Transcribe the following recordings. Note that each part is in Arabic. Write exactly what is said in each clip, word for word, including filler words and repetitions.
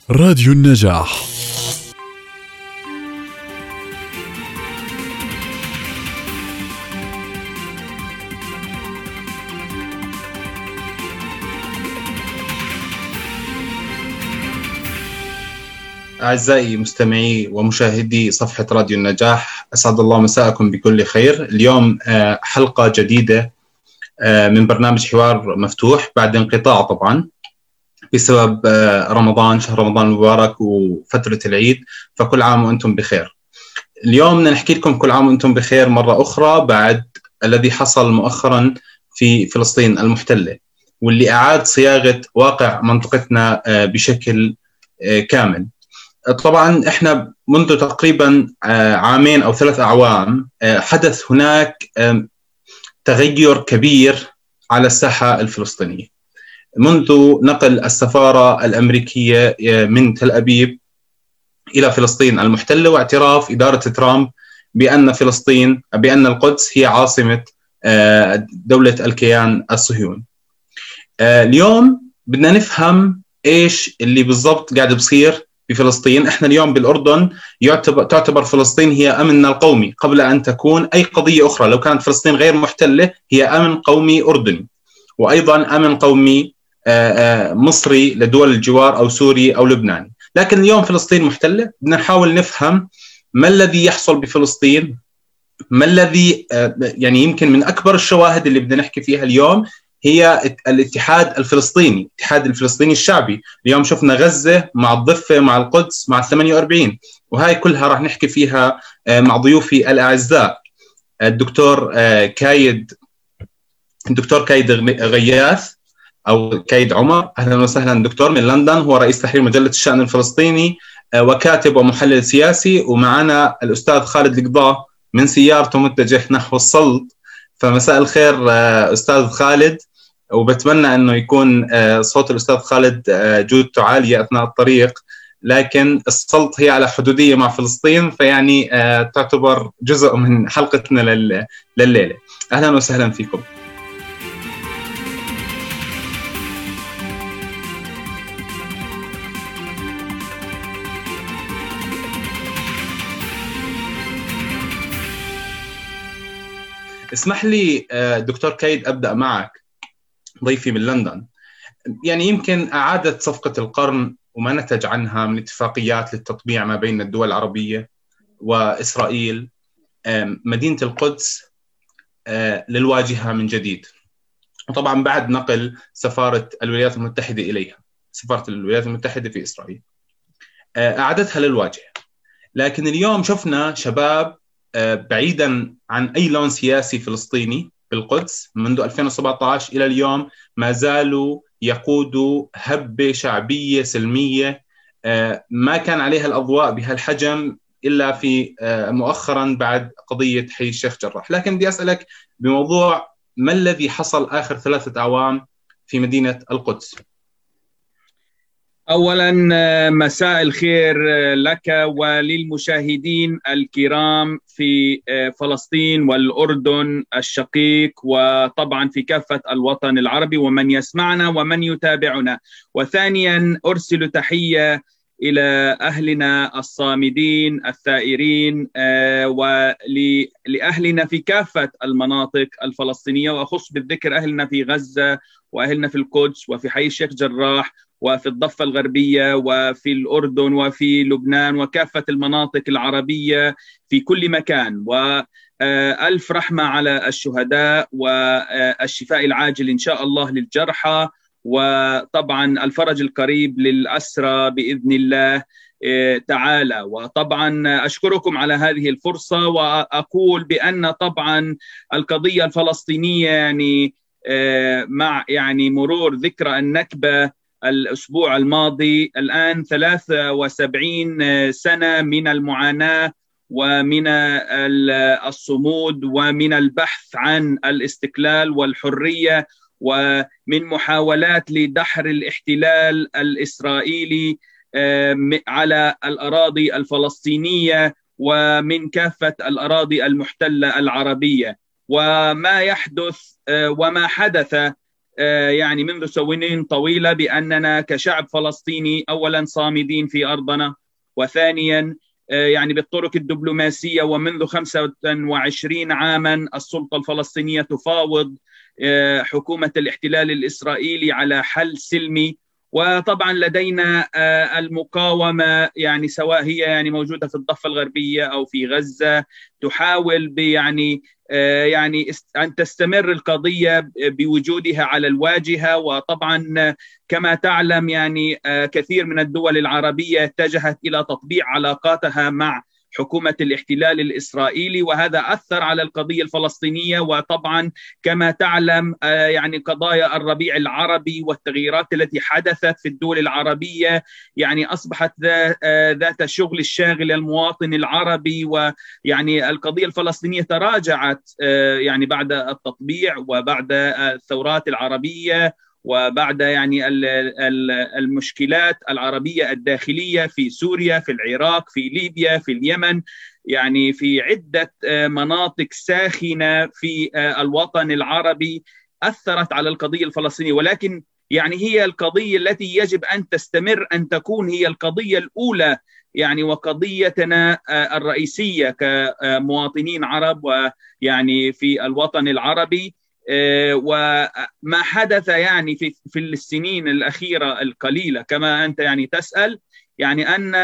راديو النجاح. أعزائي مستمعي ومشاهدي صفحة راديو النجاح، أسعد الله مساءكم بكل خير. اليوم حلقة جديدة من برنامج حوار مفتوح بعد انقطاع طبعا بسبب رمضان، شهر رمضان المبارك وفترة العيد، فكل عام وأنتم بخير. اليوم بدنا نحكي لكم كل عام وأنتم بخير مرة أخرى بعد الذي حصل مؤخرا في فلسطين المحتلة، واللي أعاد صياغة واقع منطقتنا بشكل كامل. طبعا احنا منذ تقريبا عامين او ثلاث اعوام حدث هناك تغير كبير على الساحه الفلسطينيه، منذ نقل السفاره الامريكيه من تل ابيب الى فلسطين المحتله واعتراف اداره ترامب بان فلسطين بان القدس هي عاصمه دوله الكيان الصهيوني. اليوم بدنا نفهم ايش اللي بالضبط قاعد بصير بفلسطين. احنا اليوم بالاردن يعتبر تعتبر فلسطين هي امننا القومي قبل ان تكون اي قضيه اخرى. لو كانت فلسطين غير محتله هي امن قومي اردني، وايضا امن قومي مصري لدول الجوار او سوري او لبناني. لكن اليوم فلسطين محتله، بدنا نحاول نفهم ما الذي يحصل بفلسطين، ما الذي يعني يمكن من اكبر الشواهد اللي بدنا نحكي فيها اليوم هي الاتحاد الفلسطيني، الاتحاد الفلسطيني الشعبي. اليوم شفنا غزة مع الضفة مع القدس مع الثمانية وأربعين، وهاي كلها راح نحكي فيها مع ضيوفي الأعزاء الدكتور كايد الدكتور كايد غياث أو كايد عمر. أهلا وسهلا دكتور من لندن، هو رئيس تحرير مجلة الشأن الفلسطيني وكاتب ومحلل سياسي. ومعنا الأستاذ خالد القضاء من سيارته متجه نحو السلط. فمساء الخير أستاذ خالد، وبتمنى أنه يكون صوت الأستاذ خالد جودته عالية أثناء الطريق، لكن السلط هي على حدودية مع فلسطين، فيعني تعتبر جزء من حلقتنا لليلة. أهلا وسهلا فيكم. اسمح لي دكتور كايد أبدأ معك، ضيفي من لندن. يعني يمكن أعادت صفقة القرن وما نتج عنها من اتفاقيات للتطبيع ما بين الدول العربية وإسرائيل مدينة القدس للواجهة من جديد، وطبعا بعد نقل سفارة الولايات المتحدة إليها، سفارة الولايات المتحدة في إسرائيل أعادتها للواجهة. لكن اليوم شفنا شباب بعيدا عن أي لون سياسي فلسطيني بالقدس منذ ألفين وسبعة عشر إلى اليوم ما زالوا يقودوا هبة شعبية سلمية ما كان عليها الأضواء بهالحجم إلا في مؤخرا بعد قضية حي الشيخ جراح. لكن بدي أسألك بموضوع ما الذي حصل آخر ثلاثة أعوام في مدينة القدس؟ أولاً مساء الخير لك وللمشاهدين الكرام في فلسطين والأردن الشقيق، وطبعاً في كافة الوطن العربي ومن يسمعنا ومن يتابعنا. وثانياً أرسل تحية إلى أهلنا الصامدين الثائرين ولأهلنا في كافة المناطق الفلسطينية، وأخص بالذكر أهلنا في غزة وأهلنا في القدس وفي حي الشيخ جراح وفي الضفة الغربية وفي الأردن وفي لبنان وكافة المناطق العربية في كل مكان. وألف رحمة على الشهداء والشفاء العاجل إن شاء الله للجرحى، وطبعا الفرج القريب للأسرى بإذن الله تعالى. وطبعا أشكركم على هذه الفرصة، وأقول بأن طبعا القضية الفلسطينية يعني مع يعني مرور ذكرى النكبة الأسبوع الماضي الآن ثلاثة وسبعين سنة من المعاناة ومن الصمود ومن البحث عن الاستقلال والحرية، ومن محاولات لدحر الاحتلال الإسرائيلي على الأراضي الفلسطينية ومن كافة الأراضي المحتلة العربية. وما يحدث وما حدث يعني منذ سنين طويلة بأننا كشعب فلسطيني أولا صامدين في أرضنا، وثانيا يعني بالطرق الدبلوماسية، ومنذ خمسة وعشرين عاما السلطة الفلسطينية تفاوض حكومة الاحتلال الإسرائيلي على حل سلمي. وطبعا لدينا المقاومة، يعني سواء هي يعني موجودة في الضفة الغربية أو في غزة، تحاول بيعني يعني أن تستمر القضية بوجودها على الواجهة. وطبعا كما تعلم يعني كثير من الدول العربية اتجهت إلى تطبيع علاقاتها مع حكومة الاحتلال الإسرائيلي، وهذا أثر على القضية الفلسطينية. وطبعا كما تعلم يعني قضايا الربيع العربي والتغييرات التي حدثت في الدول العربية يعني أصبحت ذات الشغل الشاغل المواطن العربي، ويعني القضية الفلسطينية تراجعت يعني بعد التطبيع وبعد الثورات العربية وبعد يعني المشكلات العربية الداخلية في سوريا، في العراق، في ليبيا، في اليمن، يعني في عدة مناطق ساخنة في الوطن العربي أثرت على القضية الفلسطينية. ولكن يعني هي القضية التي يجب أن تستمر، أن تكون هي القضية الأولى يعني وقضيتنا الرئيسية كمواطنين عرب ويعني في الوطن العربي. وما حدث يعني في في السنين الأخيرة القليلة كما أنت يعني تسأل، يعني أن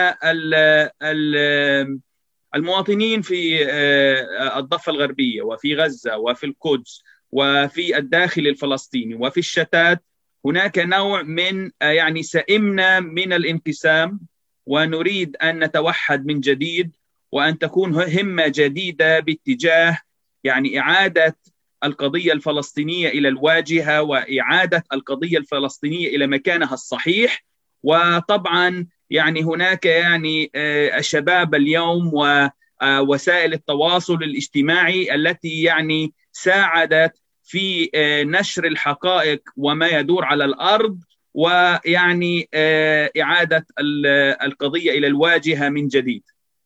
المواطنين في الضفة الغربية وفي غزة وفي القدس وفي الداخل الفلسطيني وفي الشتات هناك نوع من يعني سئمنا من الانقسام، ونريد أن نتوحد من جديد وأن تكون همة جديدة باتجاه يعني إعادة القضية الفلسطينية إلى الواجهة وإعادة القضية الفلسطينية إلى مكانها الصحيح. وطبعا يعني هناك يعني الشباب اليوم ووسائل التواصل الاجتماعي التي يعني ساعدت في نشر الحقائق وما يدور على الأرض، ويعني إعادة القضية إلى الواجهة من جديد.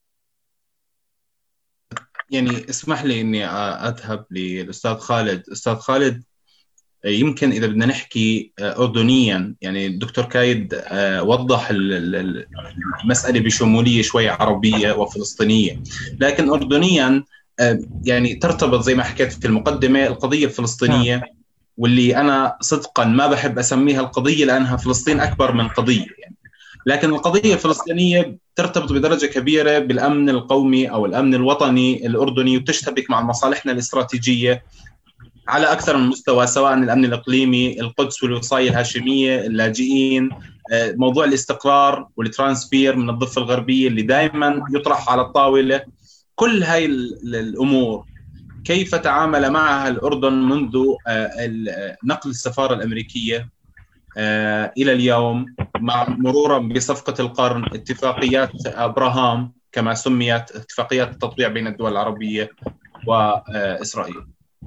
يعني اسمح لي اني اذهب للاستاذ خالد. استاذ خالد، يمكن اذا بدنا نحكي اردنيا، يعني الدكتور كايد وضح المساله بشموليه شوي عربيه وفلسطينيه، لكن اردنيا يعني ترتبط زي ما حكيت في المقدمه القضيه الفلسطينيه، واللي انا صدقا ما بحب اسميها القضيه لانها فلسطين اكبر من قضيه يعني، لكن القضية الفلسطينية ترتبط بدرجة كبيرة بالأمن القومي أو الأمن الوطني الأردني، وتشتبك مع مصالحنا الاستراتيجية على أكثر من مستوى، سواء الأمن الإقليمي، القدس والوصاية الهاشمية، اللاجئين، موضوع الاستقرار والترانسفير من الضفة الغربية اللي دائما يطرح على الطاولة. كل هاي الأمور كيف تعامل معها الأردن منذ نقل السفارة الأمريكية إلى اليوم، مع مرورا بصفقة القرن، اتفاقيات أبراهام كما سميت، اتفاقيات التطبيع بين الدول العربية وإسرائيل؟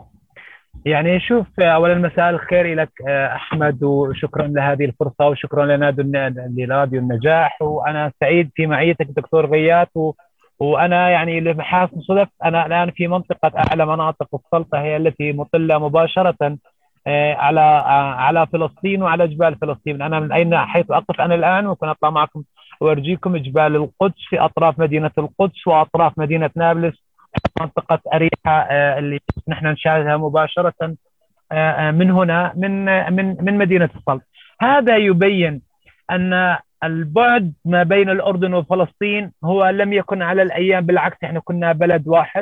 يعني شوف، أولا مساء الخير لك أحمد، وشكرا لهذه الفرصة، وشكرا لراديو النجاح، وأنا سعيد في معيتك دكتور غياث. وأنا يعني لمحاسن صدف أنا الآن في منطقة أعلى مناطق السلطة، هي التي مطلة مباشرة على على فلسطين وعلى جبال فلسطين. أنا من أين حيث أقف أنا الآن، ممكن أطلع معكم وأرجيكم جبال القدس في أطراف مدينة القدس وأطراف مدينة نابلس، منطقة أريحة اللي نحن نشاهدها مباشرة من هنا من من من مدينة السلط. هذا يبين أن البعد ما بين الأردن وفلسطين هو لم يكن على الأيام، بالعكس احنا كنا بلد واحد،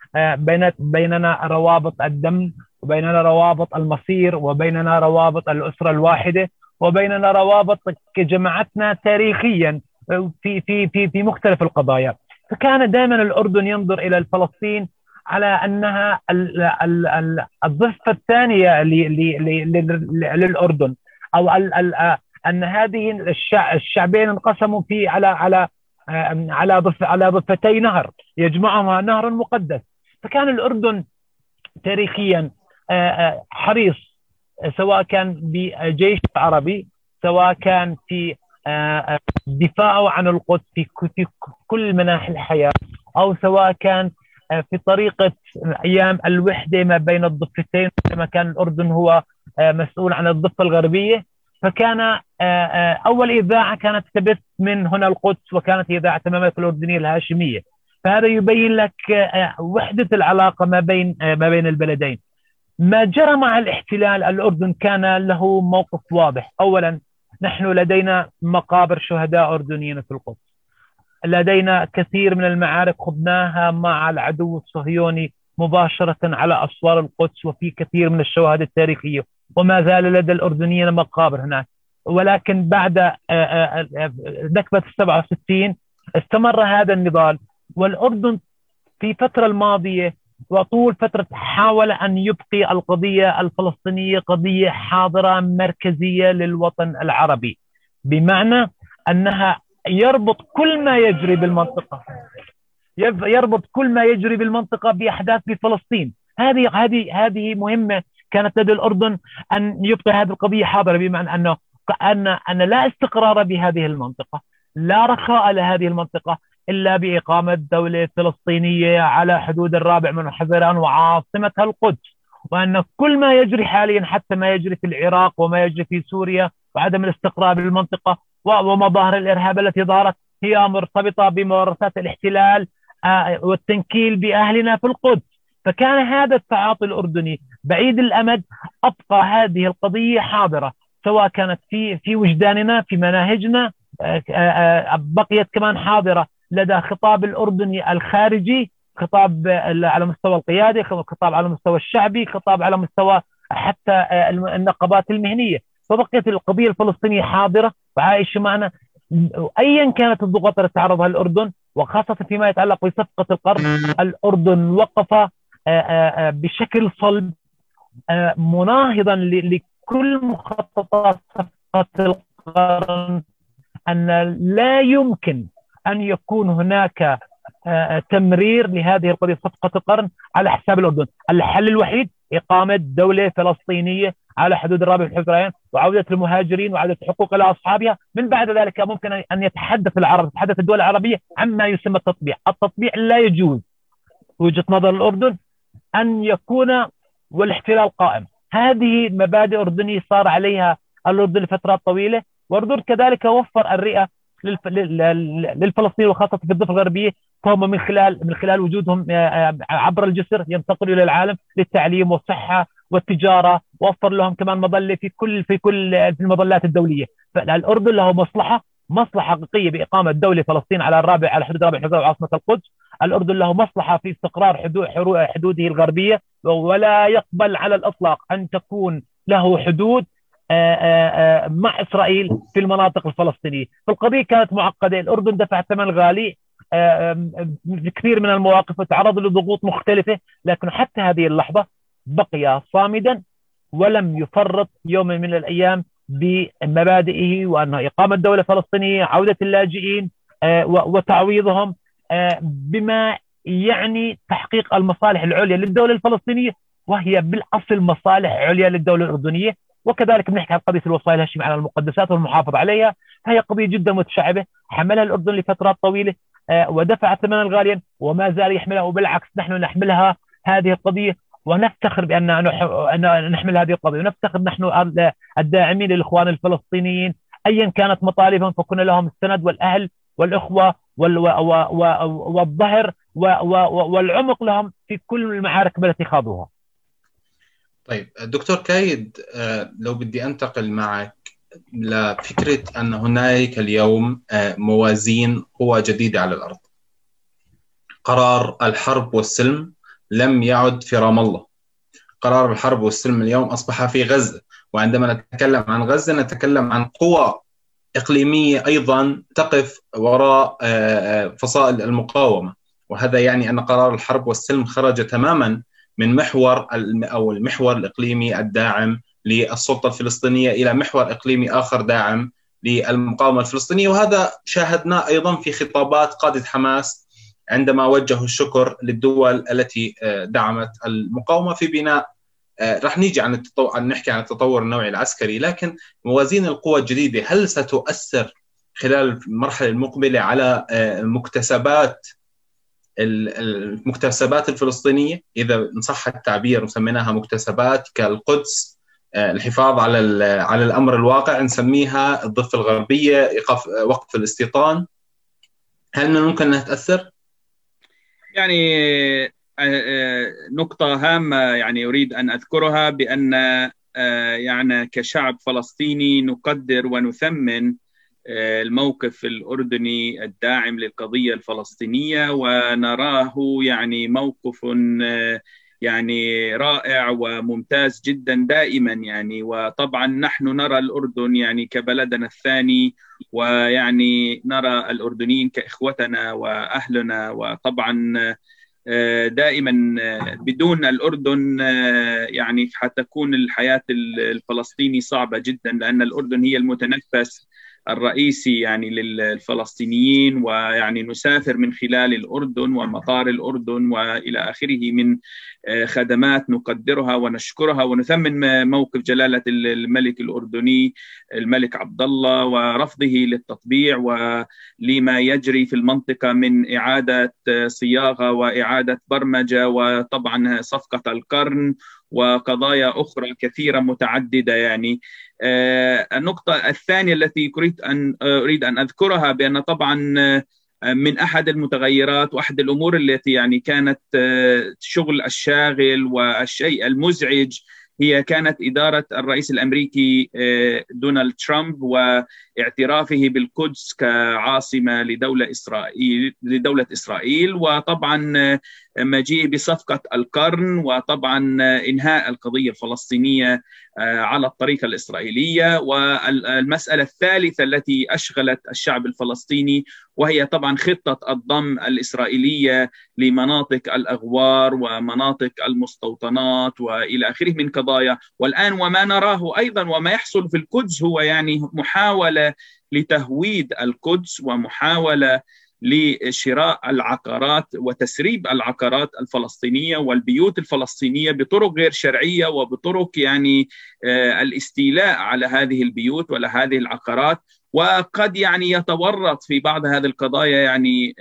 بيننا روابط الدم، وبيننا روابط المصير، وبيننا روابط الأسرة الواحدة، وبيننا روابط جمعتنا تاريخيا في في في في مختلف القضايا. فكان دائما الأردن ينظر إلى فلسطين على أنها الضفة الثانية للأردن، أو أن هذه الشعبين انقسموا في على على على ضفة على ضفتي نهر يجمعهما نهر مقدس. فكان الأردن تاريخيا حريص، سواء كان بجيش عربي، سواء كان في دفاعه عن القدس في كل مناحي الحياة، أو سواء كان في طريقة أيام الوحدة ما بين الضفتين، لما كان الأردن هو مسؤول عن الضفة الغربية. فكان أول إذاعة كانت تبث من هنا القدس، وكانت إذاعة المملكة الأردنية الهاشمية. فهذا يبين لك وحدة العلاقة ما بين ما بين البلدين. ما جرى مع الاحتلال، الأردن كان له موقف واضح. أولا، نحن لدينا مقابر شهداء أردنيين في القدس، لدينا كثير من المعارك خضناها مع العدو الصهيوني مباشرة على أسوار القدس، وفي كثير من الشواهد التاريخية، وما زال لدى الأردنيين مقابر هناك. ولكن بعد نكبة السبعة وستين استمر هذا النضال، والأردن في الفترة الماضية وطول فترة حاول أن يبقي القضية الفلسطينية قضية حاضرة مركزية للوطن العربي، بمعنى أنها يربط كل ما يجري بالمنطقة يربط كل ما يجري بالمنطقة بأحداث بفلسطين. هذه هذه هذه مهمة كانت لدى الأردن، أن يبقي هذه القضية حاضرة، بمعنى أنه أن أن لا استقرار بهذه المنطقة، لا رخاء لهذه المنطقة إلا بإقامة دولة فلسطينية على حدود الرابع من حزيران وعاصمتها القدس، وأن كل ما يجري حاليا، حتى ما يجري في العراق وما يجري في سوريا وعدم الاستقرار بالمنطقة ومظاهر الإرهاب التي ظهرت، هي مرتبطة بممارسات الاحتلال والتنكيل بأهلنا في القدس. فكان هذا التعاطي الأردني بعيد الأمد أبقى هذه القضية حاضرة، سواء كانت في في وجداننا، في مناهجنا، بقيت كمان حاضرة لدى خطاب الأردني الخارجي، خطاب على مستوى القيادة، خطاب على مستوى الشعبي، خطاب على مستوى حتى النقابات المهنية. فبقيت القضية الفلسطينية حاضرة وعايشة معنا أيا كانت الضغوط التي تعرضها الأردن، وخاصة فيما يتعلق بصفقة القرن. الأردن وقف بشكل صلب مناهضا لكل مخططات صفقة القرن، أن لا يمكن أن يكون هناك تمرير لهذه القضية صفقة القرن على حساب الأردن. الحل الوحيد إقامة دولة فلسطينية على حدود الرابع من حزيران، وعودة المهاجرين وعودة الحقوق إلى أصحابها. من بعد ذلك ممكن أن يتحدث العرب، تتحدث الدول العربية عما يسمى التطبيع. التطبيع لا يجوز وجهة نظر الأردن أن يكون والاحتلال قائم. هذه مبادئ أردنية صار عليها الأردن لفترات طويلة، والأردن كذلك وفر الرئة للفلسطينيين وخاصة في الضفة الغربية، فهم من خلال من خلال وجودهم عبر الجسر ينتقلوا إلى العالم للتعليم والصحة والتجارة، وفر لهم كمان مظلة في كل في كل في المظلات الدولية. فالأردن له مصلحة مصلحة حقيقية بإقامة دولة فلسطين على الرابع على حدود الرابع حزيران وعاصمة القدس. الأردن له مصلحة في استقرار حدود حدوده الغربية، ولا يقبل على الإطلاق أن تكون له حدود مع إسرائيل في المناطق الفلسطينية. فالقضية كانت معقدة. الأردن دفع ثمن غالي في كثير من المواقف وتعرض لضغوط مختلفة، لكن حتى هذه اللحظة بقي صامدا ولم يفرط يوم من الأيام بمبادئه، وأنه إقامة دولة فلسطينية، عودة اللاجئين وتعويضهم بما يعني تحقيق المصالح العليا للدولة الفلسطينية، وهي بالأصل مصالح عليا للدولة الأردنية. وكذلك بنحكي عن قضية الوصايا الهاشمية على المقدسات والمحافظة عليها، فهي قضية جدا متشعبة حملها الأردن لفترات طويلة ودفع ثمنا غاليا وما زال يحملها، وبالعكس نحن نحملها هذه القضية ونفتخر بأن نحمل هذه القضية، ونفتخر نحن الداعمين للإخوان الفلسطينيين أيا كانت مطالبهم، فكنا لهم السند والأهل والإخوة والظهر والعمق لهم في كل المعارك التي خاضوها. طيب دكتور كايد، لو بدي أنتقل معك لفكرة أن هناك اليوم موازين قوى جديدة على الأرض. قرار الحرب والسلم لم يعد في رام الله، قرار الحرب والسلم اليوم أصبح في غزة. وعندما نتكلم عن غزة نتكلم عن قوى إقليمية أيضا تقف وراء فصائل المقاومة، وهذا يعني أن قرار الحرب والسلم خرج تماما من محور أو المحور الإقليمي الداعم للسلطة الفلسطينية إلى محور إقليمي آخر داعم للمقاومة الفلسطينية. وهذا شاهدناه أيضا في خطابات قادة حماس عندما وجهوا الشكر للدول التي دعمت المقاومة في بناء. رح نيجي عن التطور، عن نحكي عن التطور النوعي العسكري، لكن موازين القوى الجديدة هل ستؤثر خلال المرحلة المقبلة على مكتسبات المكتسبات الفلسطينية، إذا إن صح التعبير وسميناها مكتسبات كالقدس، الحفاظ على على الأمر الواقع، نسميها الضفة الغربية، إيقاف وقف الاستيطان. هل من ممكن أنها تأثر؟ يعني نقطة هامة يعني أريد أن أذكرها، بأن يعني كشعب فلسطيني نقدر ونثمن الموقف الأردني الداعم للقضية الفلسطينية، ونراه يعني موقف يعني رائع وممتاز جدا دائما يعني. وطبعا نحن نرى الأردن يعني كبلدنا الثاني، ويعني نرى الأردنيين كإخوتنا وأهلنا، وطبعا دائما بدون الأردن يعني حتكون الحياة الفلسطيني صعبة جدا، لأن الأردن هي المتنفس الرئيسي يعني للفلسطينيين، ويعني نسافر من خلال الأردن ومطار الأردن وإلى آخره من خدمات نقدرها ونشكرها ونثمن موقف جلالة الملك الأردني الملك عبد الله ورفضه للتطبيع ولما يجري في المنطقة من إعادة صياغة وإعادة برمجة، وطبعا صفقة القرن وقضايا أخرى كثيرة متعددة يعني. النقطة الثانية التي أريد أن أريد أن أذكرها، بأن طبعا من أحد المتغيرات وأحد الأمور التي يعني كانت شغل الشاغل والشيء المزعج هي كانت إدارة الرئيس الأمريكي دونالد ترامب واعترافه بالقدس كعاصمة لدولة إسرائيل لدولة إسرائيل وطبعا مجيء بصفقة القرن، وطبعا إنهاء القضية الفلسطينية على الطريقة الإسرائيلية. والمسألة الثالثة التي أشغلت الشعب الفلسطيني وهي طبعا خطة الضم الإسرائيلية لمناطق الأغوار ومناطق المستوطنات وإلى آخره من قضايا. والآن وما نراه أيضا وما يحصل في القدس هو يعني محاولة لتهويد القدس ومحاولة لشراء العقارات وتسريب العقارات الفلسطينية والبيوت الفلسطينية بطرق غير شرعية وبطرق يعني الاستيلاء على هذه البيوت وعلى هذه العقارات. وقد يعني يتورط في بعض هذه القضايا يعني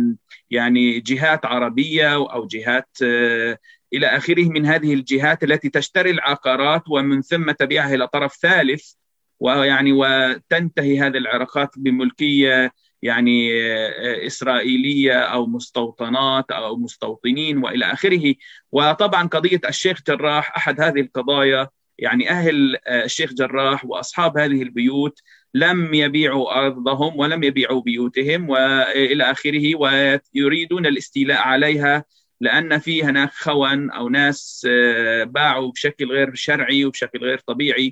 يعني جهات عربية أو جهات إلى آخره من هذه الجهات التي تشتري العقارات ومن ثم تبيعها إلى طرف ثالث، ويعني وتنتهي هذه العقارات بملكية يعني إسرائيلية أو مستوطنات أو مستوطنين وإلى آخره. وطبعا قضية الشيخ جراح أحد هذه القضايا، يعني أهل الشيخ جراح وأصحاب هذه البيوت لم يبيعوا أرضهم ولم يبيعوا بيوتهم وإلى آخره، ويريدون الاستيلاء عليها لأن في هناك خون أو ناس باعوا بشكل غير شرعي وبشكل غير طبيعي.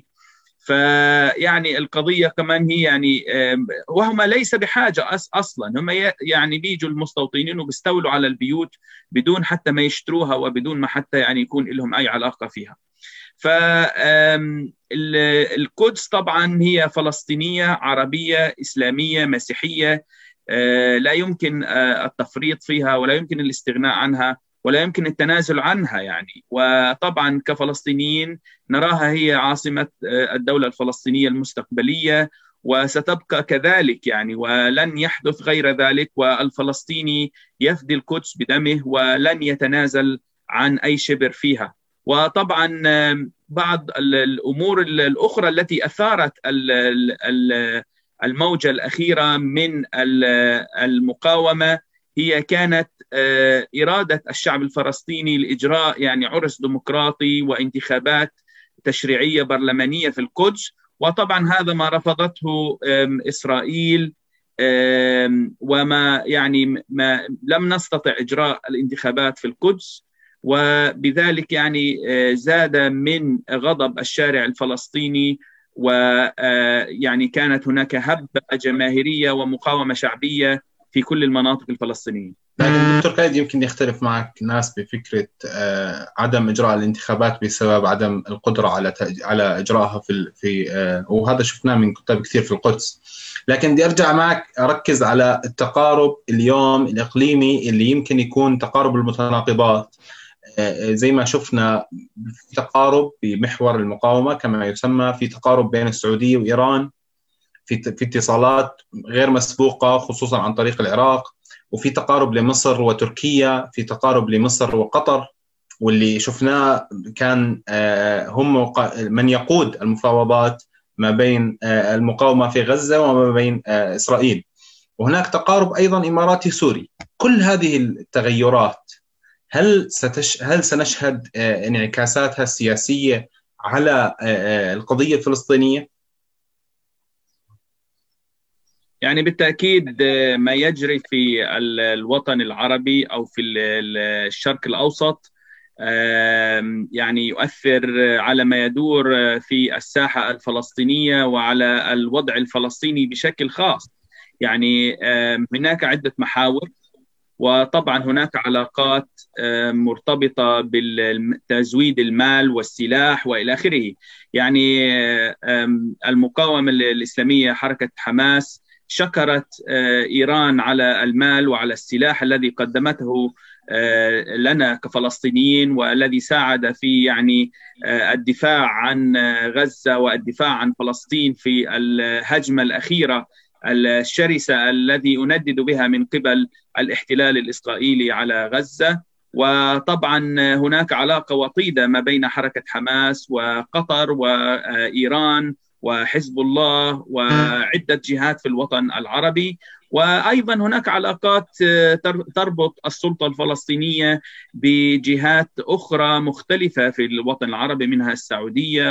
فيعني القضية كمان هي يعني وهم ليس بحاجة أصلا، هم يعني بيجوا المستوطنين وبيستولوا على البيوت بدون حتى ما يشتروها وبدون ما حتى يعني يكون لهم أي علاقة فيها. فالقدس طبعا هي فلسطينية عربية إسلامية مسيحية، لا يمكن التفريط فيها ولا يمكن الاستغناء عنها ولا يمكن التنازل عنها يعني. وطبعا كفلسطينيين نراها هي عاصمة الدولة الفلسطينية المستقبلية وستبقى كذلك يعني، ولن يحدث غير ذلك، والفلسطيني يفدي القدس بدمه ولن يتنازل عن أي شبر فيها. وطبعا بعض الأمور الأخرى التي أثارت الموجة الأخيرة من المقاومة هي كانت إرادة الشعب الفلسطيني لإجراء يعني عرس ديمقراطي وانتخابات تشريعية برلمانية في القدس، وطبعا هذا ما رفضته إسرائيل وما يعني ما لم نستطع إجراء الانتخابات في القدس، وبذلك يعني زاد من غضب الشارع الفلسطيني، ويعني كانت هناك هبة جماهيرية ومقاومة شعبية في كل المناطق الفلسطينية. لكن دكتور كايد يمكن يختلف معك ناس بفكرة عدم إجراء الانتخابات بسبب عدم القدرة على على إجراءها في في وهذا شفناه من كتاب كثير في القدس. لكن بدي أرجع معك أركز على التقارب اليوم الإقليمي اللي يمكن يكون تقارب المتناقضات، زي ما شفنا في تقارب بمحور المقاومة كما يسمى، في تقارب بين السعودية وإيران، في في اتصالات غير مسبوقة خصوصا عن طريق العراق، وفي تقارب لمصر وتركيا، في تقارب لمصر وقطر، واللي شفناه كان هم من يقود المفاوضات ما بين المقاومة في غزة وما بين إسرائيل. وهناك تقارب أيضا إماراتي سوري. كل هذه التغيرات هل ستش... هل سنشهد انعكاساتها السياسية على القضية الفلسطينية؟ يعني بالتأكيد ما يجري في الوطن العربي أو في الشرق الأوسط يعني يؤثر على ما يدور في الساحة الفلسطينية وعلى الوضع الفلسطيني بشكل خاص. يعني هناك عدة محاور، وطبعا هناك علاقات مرتبطة بالتزويد المال والسلاح وإلى آخره. يعني المقاومة الإسلامية حركة حماس شكرت إيران على المال وعلى السلاح الذي قدمته لنا كفلسطينيين، والذي ساعد في يعني الدفاع عن غزة والدفاع عن فلسطين في الهجمة الأخيرة الشرسة الذي أندد بها من قبل الاحتلال الإسرائيلي على غزة. وطبعا هناك علاقة وطيدة ما بين حركة حماس وقطر وإيران وحزب الله وعدة جهات في الوطن العربي. وأيضا هناك علاقات تربط السلطة الفلسطينية بجهات أخرى مختلفة في الوطن العربي، منها السعودية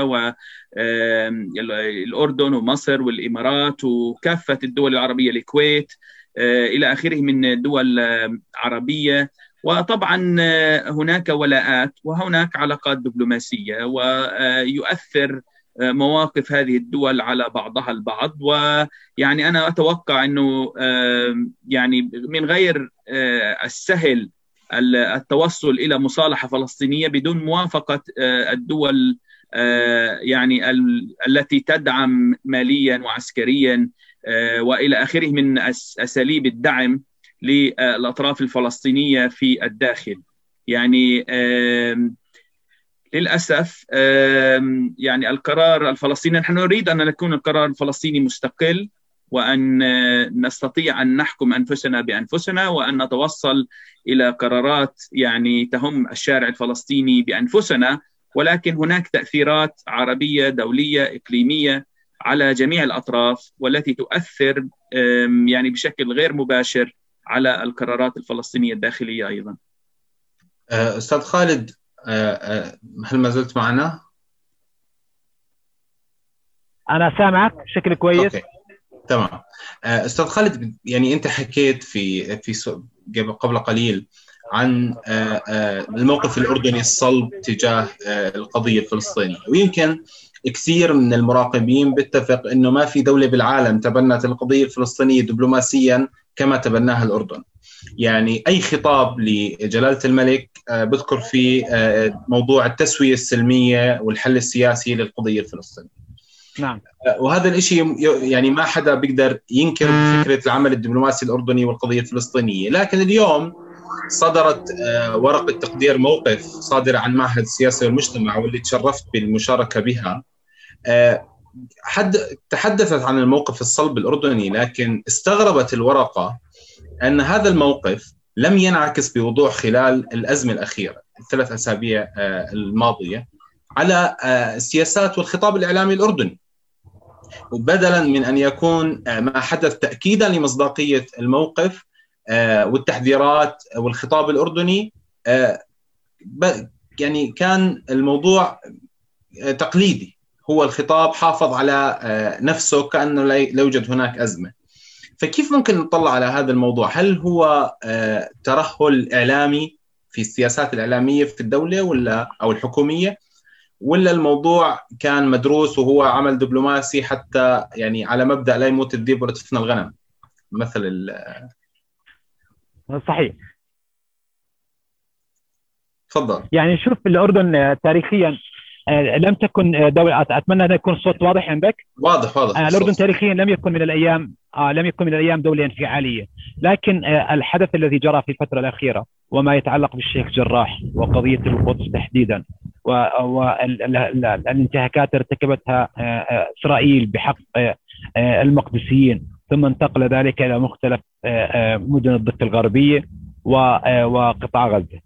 والأردن ومصر والإمارات وكافة الدول العربية، الكويت إلى آخره من دول عربية. وطبعا هناك ولاءات وهناك علاقات دبلوماسية، ويؤثر مواقف هذه الدول على بعضها البعض. ويعني أنا أتوقع أنه يعني من غير السهل التوصل إلى مصالحة فلسطينية بدون موافقة الدول يعني التي تدعم ماليا وعسكريا وإلى آخره من أساليب الدعم للأطراف الفلسطينية في الداخل. يعني للأسف يعني القرار الفلسطيني، نحن نريد أن يكون القرار الفلسطيني مستقل، وأن نستطيع أن نحكم أنفسنا بأنفسنا، وأن نتوصل إلى قرارات يعني تهم الشارع الفلسطيني بأنفسنا. ولكن هناك تأثيرات عربية دولية إقليمية على جميع الأطراف، والتي تؤثر يعني بشكل غير مباشر على القرارات الفلسطينية الداخلية أيضا. أستاذ خالد، هل ما زلت معنا؟ أنا سامعك بشكل كويس. أوكي. تمام. أستاذ خالد، يعني أنت حكيت في في قبل قليل عن الموقف الأردني الصلب تجاه القضية الفلسطينية، ويمكن كثير من المراقبين بيتفق إنه ما في دولة بالعالم تبنت القضية الفلسطينية دبلوماسيا كما تبناها الأردن. يعني أي خطاب لجلالة الملك بذكر فيه موضوع التسوية السلمية والحل السياسي للقضية الفلسطينية. نعم. وهذا الشيء يعني ما حدا بيقدر ينكر فكرة العمل الدبلوماسي الأردني والقضية الفلسطينية. لكن اليوم صدرت ورقة تقدير موقف صادرة عن معهد السياسة والمجتمع، واللي تشرفت بالمشاركة بها، حد تحدثت عن الموقف الصلب الأردني، لكن استغربت الورقة أن هذا الموقف لم ينعكس بوضوح خلال الأزمة الأخيرة الثلاث أسابيع الماضية على السياسات والخطاب الإعلامي الأردني. وبدلا من أن يكون ما حدث تأكيدا لمصداقية الموقف والتحذيرات والخطاب الأردني، يعني كان الموضوع تقليدي. هو الخطاب حافظ على نفسه كأنه لا يوجد هناك أزمة. فكيف ممكن نطلع على هذا الموضوع؟ هل هو ترهل إعلامي في السياسات الإعلامية في الدولة ولا أو الحكومية، ولا الموضوع كان مدروس وهو عمل دبلوماسي حتى يعني على مبدأ لا يموت الذئب ولا تفنى الغنم مثل؟ صحيح. تفضل. يعني شوف، الأردن تاريخيا لم تكن دولة، أتمنى أن يكون الصوت واضح عندك. واضح واضح. الأردن تاريخيا لم يكن من الأيام آه لم يكن من الأيام دولة انفعالية، لكن آه الحدث الذي جرى في الفترة الأخيرة وما يتعلق بالشيخ جراح وقضية القدس تحديدا والانتهاكات ارتكبتها آه إسرائيل بحق آه المقدسيين ثم انتقل ذلك إلى مختلف مدن الضفة الغربية وقطاع غزة.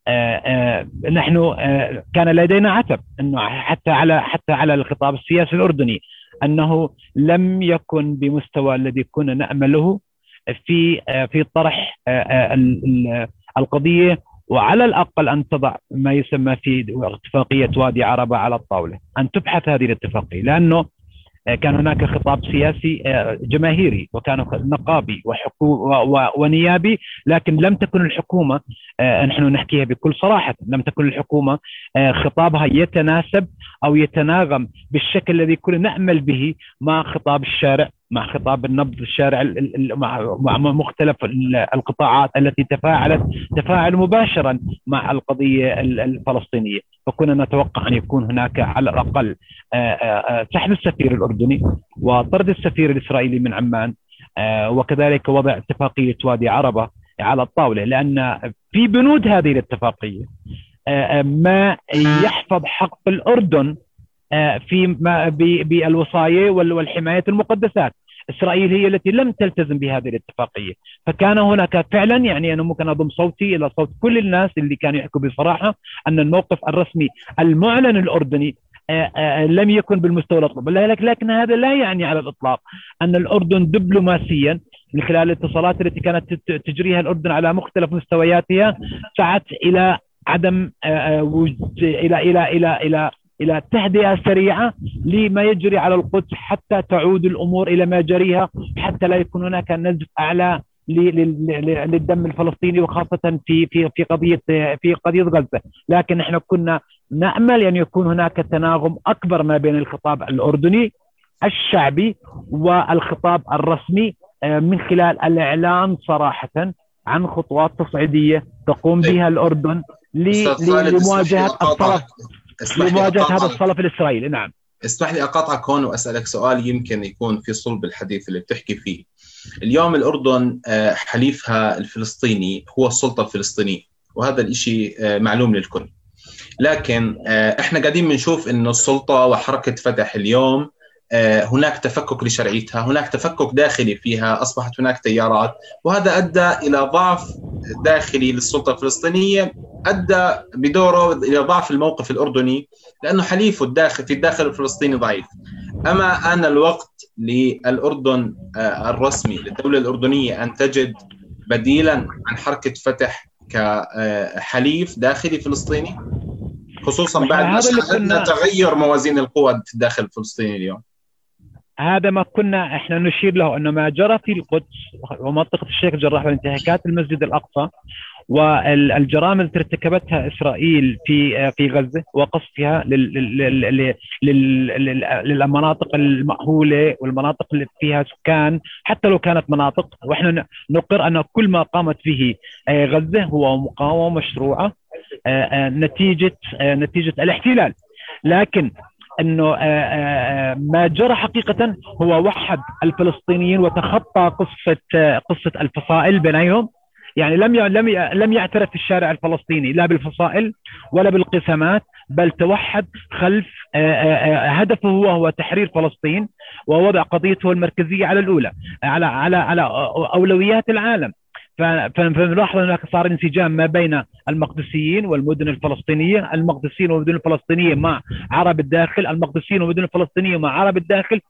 نحن كان لدينا عتب انه حتى على حتى على الخطاب السياسي الأردني أنه لم يكن بمستوى الذي كنا نأمله في في طرح القضية، وعلى الأقل أن تضع ما يسمى في اتفاقية وادي عربة على الطاولة، أن تبحث هذه الاتفاقية، لأنه كان هناك خطاب سياسي جماهيري وكان نقابي ونيابي، لكن لم تكن الحكومة، نحن نحكيها بكل صراحة، لم تكن الحكومة خطابها يتناسب أو يتناغم بالشكل الذي كنا نأمل به مع خطاب الشارع، مع خطاب النبض الشارع، مع مختلف القطاعات التي تفاعلت تفاعل مباشرا مع القضية الفلسطينية. فكنا نتوقع أن يكون هناك على الأقل سحب السفير الأردني وطرد السفير الإسرائيلي من عمان، وكذلك وضع اتفاقية وادي عربة على الطاولة، لأن في بنود هذه الاتفاقية ما يحفظ حق الأردن في بالوصاية والحماية المقدسات. إسرائيل هي التي لم تلتزم بهذه الاتفاقية، فكان هناك فعلا، يعني أنا ممكن أضم صوتي إلى صوت كل الناس اللي كانوا يحكوا بصراحة أن الموقف الرسمي المعلن الأردني لم يكن بالمستوى المطلوب، لكن هذا لا يعني على الإطلاق أن الأردن دبلوماسيا من خلال الاتصالات التي كانت تجريها الأردن على مختلف مستوياتها سعت إلى عدم وجود إلى إلى إلى إلى إلى تهدئة سريعة لما يجري على القدس حتى تعود الأمور إلى ما جريها، حتى لا يكون هناك نزف أعلى للدم الفلسطيني، وخاصة في في في قضية في قضية غزة. لكن نحن كنا نأمل أن يكون هناك تناغم أكبر ما بين الخطاب الأردني الشعبي والخطاب الرسمي من خلال الإعلان صراحة عن خطوات تصعيدية تقوم بها الأردن لمواجهة الطرف لمواجهة هذا الصلف الإسرائيلي. نعم، اسمح لي أقاطعك هون وأسألك سؤال يمكن يكون في صلب الحديث اللي بتحكي فيه. اليوم الأردن حليفها الفلسطيني هو السلطة الفلسطينية، وهذا الإشي معلوم للكل، لكن إحنا قاعدين بنشوف إنه السلطة وحركة فتح اليوم هناك تفكك لشرعيتها، هناك تفكك داخلي فيها، أصبحت هناك تيارات، وهذا أدى إلى ضعف داخلي للسلطة الفلسطينية، أدى بدوره إلى ضعف الموقف الأردني لأنه حليفه الداخل في الداخل الفلسطيني ضعيف. أما آن الوقت للأردن الرسمي للدولة الأردنية أن تجد بديلا عن حركة فتح كحليف داخلي فلسطيني، خصوصا بعد ما شاهدنا تغير موازين القوى في الداخل الفلسطيني اليوم. هذا ما كنا احنا نشير له، انه ما جرى في القدس ومنطقة الشيخ جراح وانتهاكات المسجد الأقصى والجرائم التي ارتكبتها إسرائيل في في غزة وقصفها للمناطق المأهولة والمناطق اللي فيها سكان، حتى لو كانت مناطق، واحنا نقر أن كل ما قامت به غزة هو مقاومة مشروعة نتيجة نتيجة الاحتلال. لكن انه ما جرى حقيقة هو وحد الفلسطينيين وتخطى قصة قصة الفصائل بينهم، يعني لم لم لم يعترف الشارع الفلسطيني لا بالفصائل ولا بالقسمات، بل توحد خلف هدفه هو هو تحرير فلسطين ووضع قضيته المركزية على الأولى على على على أولويات العالم. فنلاحظ هناك صار انسجام ما بين المقدسيين والمدن الفلسطينية، المقدسيين والمدن الفلسطينية مع عرب الداخل، المقدسيين والمدن الفلسطينية مع عرب الداخل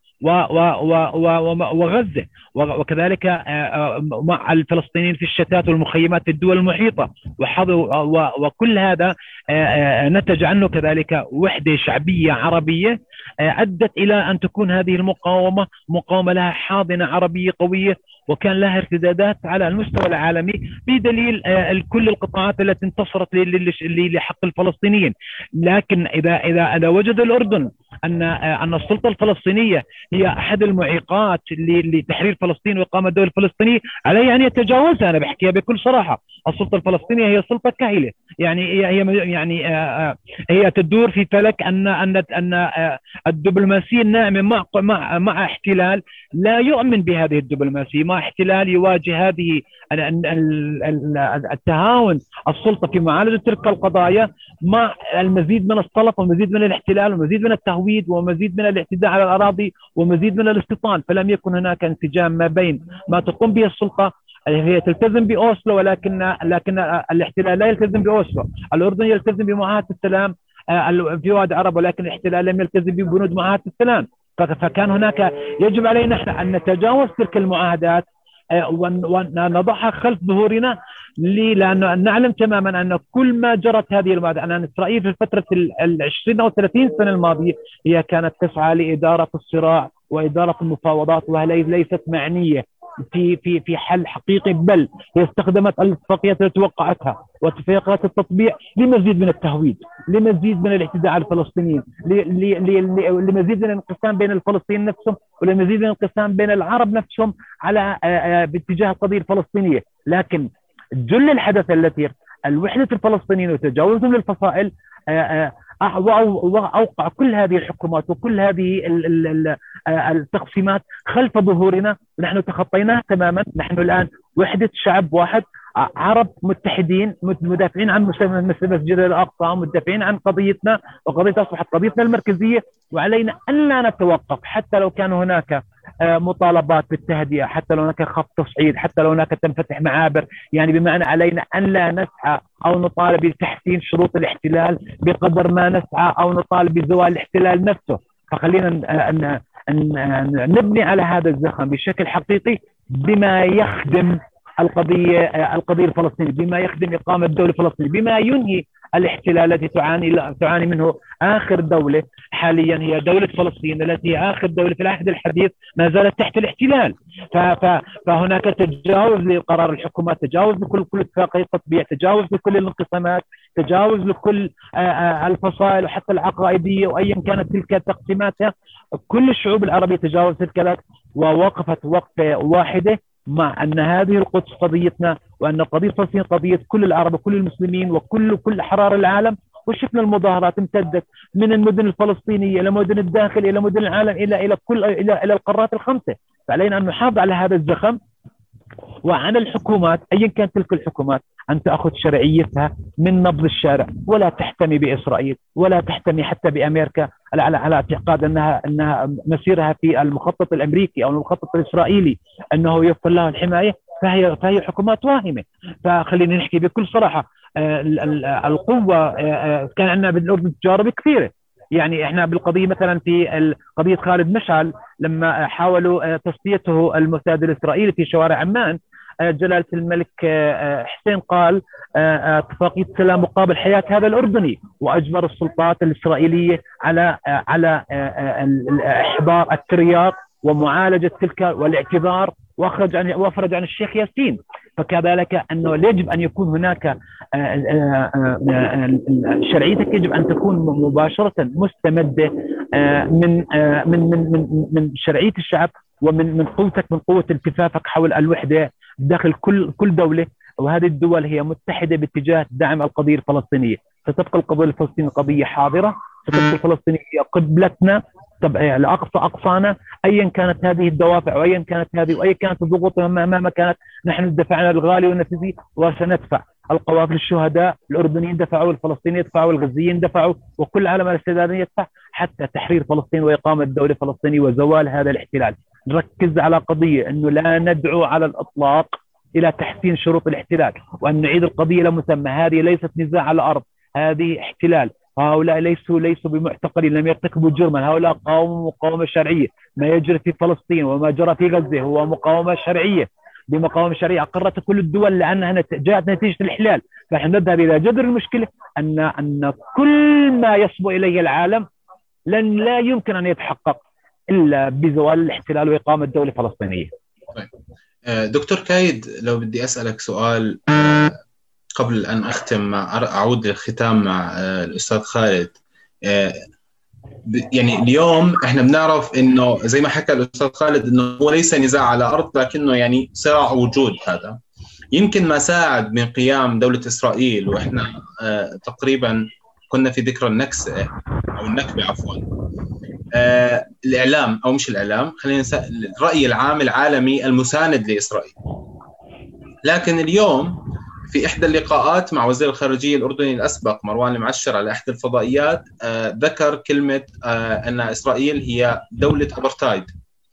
وغزة، وكذلك مع الفلسطينيين في الشتات والمخيمات في الدول المحيطة، وكل هذا نتج عنه كذلك وحدة شعبية عربية أدت إلى أن تكون هذه المقاومة مقاومة لها حاضنة عربية قوية، وكان لها ارتدادات على المستوى العالمي بدليل كل القطاعات التي انتصرت لحق الفلسطينيين. لكن إذا إذا إذا وجد الأردن أن أن السلطة الفلسطينية هي أحد المعيقات لتحرير فلسطين وإقامة الدولة الفلسطينية، عليه أن يتجاوزها. أنا بحكيها بكل صراحة، السلطة الفلسطينية هي سلطة كاهلة، يعني هي هي يعني هي تدور في فلك أن أن أن الدبلوماسية الناعمة مع مع مع احتلال لا يؤمن بهذه الدبلوماسية، مع احتلال يواجه هذه التهاون السلطة في معالجة تلك القضايا مع المزيد من الصلف والمزيد من الاحتلال والمزيد من التهاون التهويد ومزيد من الاعتداء على الأراضي ومزيد من الاستيطان. فلم يكن هناك انسجام ما بين ما تقوم به السلطة، هي تلتزم بأوسلو ولكن لكن الاحتلال لا يلتزم بأوسلو. الأردن يلتزم بمعاهدة السلام في وادي العرب، ولكن الاحتلال لم يلتزم ببنود معاهدة السلام. فكان هناك يجب علينا احنا ان نتجاوز تلك المعاهدات ونضعها خلف ظهورنا، لأنه نعلم تماما أن كل ما جرت هذه المعاهدات، أن إسرائيل في الفترة العشرين أو ثلاثين سنة الماضية هي كانت تسعى لإدارة الصراع وإدارة المفاوضات، وهي ليست معنية في في في حل حقيقي، بل هي استخدمت الاتفاقيات التي وقعتها واتفاقيات التطبيع لمزيد من التهويد، لمزيد من الاعتداء على الفلسطينيين، لمزيد من الانقسام بين الفلسطينيين نفسهم، ولمزيد من الانقسام بين العرب نفسهم على باتجاه القضية الفلسطينية. لكن جل الحدث التي الوحدة الفلسطينيين وتجاوزهم للفصائل أوقع كل هذه الحكومات وكل هذه التقسيمات خلف ظهورنا، ونحن تخطيناه تماما. نحن الآن وحدة شعب واحد، عرب متحدين مدافعين عن مسجد الأقصى، مدافعين عن قضيتنا، وقضية أصبحت قضيتنا المركزية، وعلينا أن لا نتوقف حتى لو كان هناك مطالبات بالتهدئة، حتى لو هناك خفض تصعيد، حتى لو هناك تنفتح معابر. يعني بمعنى علينا أن لا نسعى أو نطالب بتحسين شروط الاحتلال بقدر ما نسعى أو نطالب بزوال الاحتلال نفسه. فخلينا أن نبني على هذا الزخم بشكل حقيقي بما يخدم القضية القضية الفلسطينية، بما يخدم إقامة دولة فلسطينية، بما ينهي الاحتلال التي تعاني تعاني منه آخر دولة حاليا هي دولة فلسطين، التي آخر دولة في العهد الحديث ما زالت تحت الاحتلال. فهناك تجاوز لقرار الحكومات، تجاوز لكل كل اتفاقية تطبيع، تجاوز لكل الانقسامات، تجاوز لكل الفصائل وحتى العقائدية وأيا كانت تلك تقسيماتها. كل الشعوب العربية تجاوزت تلك ووقفت وقفة واحدة مع أن هذه القدس قضيتنا، وأن قضية فلسطين قضية كل العرب وكل المسلمين وكل كل أحرار العالم. وشفنا المظاهرات امتدت من المدن الفلسطينية إلى مدن الداخل إلى مدن العالم إلى إلى كل إلى إلى القارات الخمسة. فعلينا أن نحافظ على هذا الزخم، وعلى الحكومات أيا كانت تلك الحكومات أن تأخذ شرعيتها من نبض الشارع، ولا تحتمي بإسرائيل ولا تحتمي حتى بأمريكا على على اعتقاد أنها أنها مسيرها في المخطط الأمريكي أو المخطط الإسرائيلي أنه يوفر لها الحماية. فهي فهي حكومات واهمة. فخلينا نحكي بكل صراحة، القوة كان عندنا بالأردن تجارب كثيرة. يعني احنا بالقضية مثلا في قضية خالد مشعل لما حاولوا تصفيته الموساد الإسرائيلي في شوارع عمان، جلالة الملك حسين قال اتفاقية سلام مقابل حياة هذا الأردني، وأجبر السلطات الإسرائيلية على على إحضار الترياق ومعالجة تلك والاعتذار، واخرج عن وافرج عن الشيخ ياسين. فكذلك انه يجب ان يكون هناك شرعيتك يجب ان تكون مباشره مستمده من من من من شرعيه الشعب، ومن من قوتك من قوه التفافك حول الوحده داخل كل كل دوله. وهذه الدول هي متحده باتجاه دعم القضيه الفلسطينيه. ستبقى القضيه الفلسطينيه قضيه حاضره، ستبقى الفلسطينيه قبلتنا لأقصى أقصانا، أيا كانت هذه الدوافع وأيا كانت هذه وأيا كانت الضغوط مهما كانت. نحن دفعنا الغالي والنفيسي وسندفع. القوافل الشهداء الأردنيين دفعوا، الفلسطينيين دفعوا، الغزيين دفعوا، وكل العالم الاستعدادي يدفع حتى تحرير فلسطين وإقامة دولة فلسطينية وزوال هذا الاحتلال. نركز على قضية أنه لا ندعو على الإطلاق إلى تحسين شروط الاحتلال، وأن نعيد القضية لمسمى. هذه ليست نزاع على الأرض، هذه احتلال. هؤلاء ليسوا ليسوا بمعتقلين، لم يرتكبوا جرما. هؤلاء قاوموا مقاومة شرعية. ما يجري في فلسطين وما جرى في غزة هو مقاومة شرعية، بمقاومة شرعية أقرت كل الدول لأنها جاءت نتيجة الاحتلال. فنحن نذهب إلى جذر المشكلة، أن أن كل ما يصبو إليه العالم لن لا يمكن أن يتحقق إلا بزوال الاحتلال وإقامة دولة فلسطينية. دكتور كايد، لو بدي أسألك سؤال قبل أن أختم، أعود للختام مع الأستاذ خالد. يعني اليوم إحنا بنعرف إنه زي ما حكى الأستاذ خالد إنه هو ليس نزاع على أرض، لكنه يعني صراع وجود. هذا يمكن ما ساعد من قيام دولة إسرائيل، وإحنا تقريبا كنا في ذكرى النكسة أو النكبة عفوا. الإعلام أو مش الإعلام، خلينا نسأل الرأي العام العالمي المساند لإسرائيل. لكن اليوم في إحدى اللقاءات مع وزير الخارجية الأردني الأسبق مروان المعشر على إحدى الفضائيات ذكر كلمة أن إسرائيل هي دولة أبرتايد.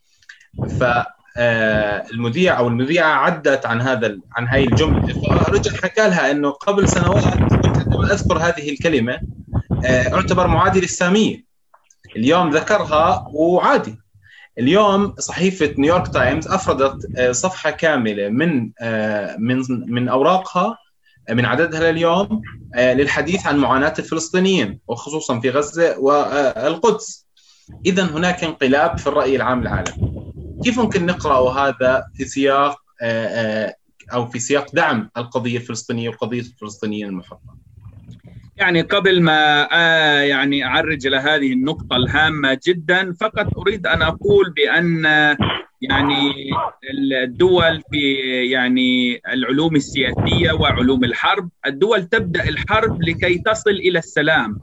فالمذيع أو المذيعة عدت عن هذا عن هاي الجملة، فرجع حكى لها أنه قبل سنوات كنت عندما أذكر هذه الكلمة اعتبر معادي للسامية، اليوم ذكرها وعادي. اليوم صحيفة نيويورك تايمز أفردت صفحة كاملة من من من أوراقها من عددها لليوم للحديث عن معاناة الفلسطينيين وخصوصا في غزة والقدس. إذن هناك انقلاب في الرأي العام العالمي. كيف ممكن نقرأ هذا في سياق أو في سياق دعم القضية الفلسطينية والقضية الفلسطينية المحررة؟ يعني قبل ما يعني أعرج إلى هذه النقطة الهامة جدا، فقط أريد أن أقول بأن يعني الدول في يعني العلوم السياسية وعلوم الحرب، الدول تبدأ الحرب لكي تصل إلى السلام.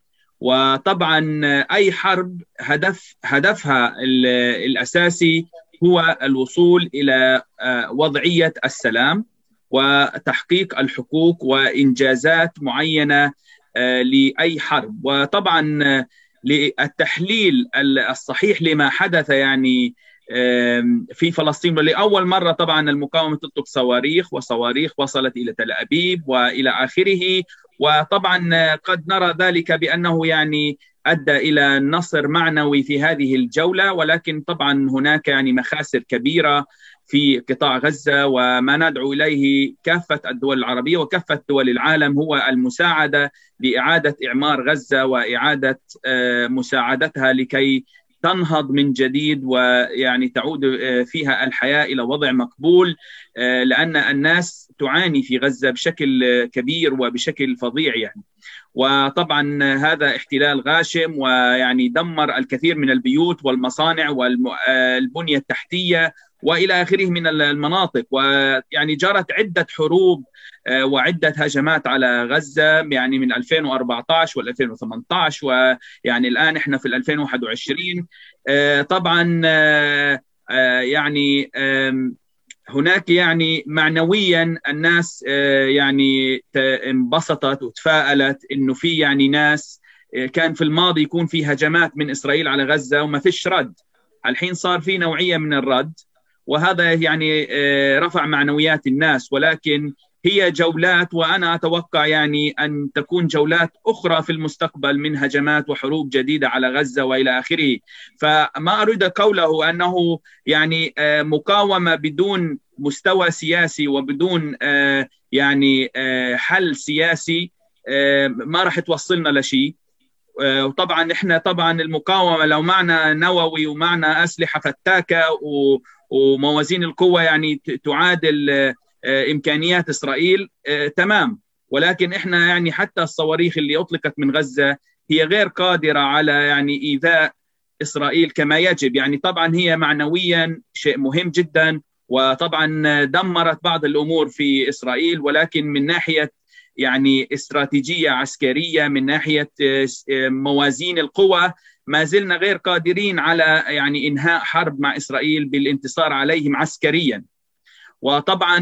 وطبعا أي حرب هدف هدفها الأساسي هو الوصول إلى وضعية السلام وتحقيق الحقوق وإنجازات معينة لأي حرب. وطبعا للتحليل الصحيح لما حدث يعني في فلسطين، ولأول مرة طبعا المقاومة تطلق صواريخ، وصواريخ وصلت إلى تل أبيب وإلى آخره. وطبعا قد نرى ذلك بأنه يعني أدى إلى نصر معنوي في هذه الجولة، ولكن طبعا هناك يعني مخاسر كبيرة في قطاع غزة. وما ندعو إليه كافة الدول العربية وكافة دول العالم هو المساعدة لإعادة إعمار غزة وإعادة مساعدتها لكي تنهض من جديد ويعني تعود فيها الحياة إلى وضع مقبول، لأن الناس تعاني في غزة بشكل كبير وبشكل فظيع يعني. وطبعا هذا احتلال غاشم ويعني دمر الكثير من البيوت والمصانع والبنية التحتية وإلى آخره من المناطق. ويعني جرت عدة حروب وعدة هجمات على غزة يعني من ألفين وأربعة عشر وألفين وثمانية عشر، ويعني الآن إحنا في ألفين وواحد وعشرين. طبعا يعني هناك يعني معنويا الناس يعني انبسطت وتفائلت إنه في يعني ناس كان في الماضي يكون في هجمات من إسرائيل على غزة وما فيش رد، الحين صار في نوعية من الرد، وهذا يعني رفع معنويات الناس. ولكن هي جولات، وأنا أتوقع يعني أن تكون جولات أخرى في المستقبل من هجمات وحروب جديدة على غزة وإلى آخره. فما أريد قوله أنه يعني مقاومة بدون مستوى سياسي وبدون يعني حل سياسي ما راح توصلنا لشيء. وطبعا إحنا طبعا المقاومة لو معنا نووي ومعنا أسلحة فتاكة وموازين القوة يعني تعادل إمكانيات إسرائيل تمام، ولكن إحنا يعني حتى الصواريخ اللي أطلقت من غزة هي غير قادرة على يعني إيذاء إسرائيل كما يجب. يعني طبعا هي معنويا شيء مهم جدا، وطبعا دمرت بعض الأمور في إسرائيل، ولكن من ناحية يعني استراتيجية عسكرية، من ناحية موازين القوى، ما زلنا غير قادرين على يعني إنهاء حرب مع إسرائيل بالانتصار عليهم عسكريا. وطبعا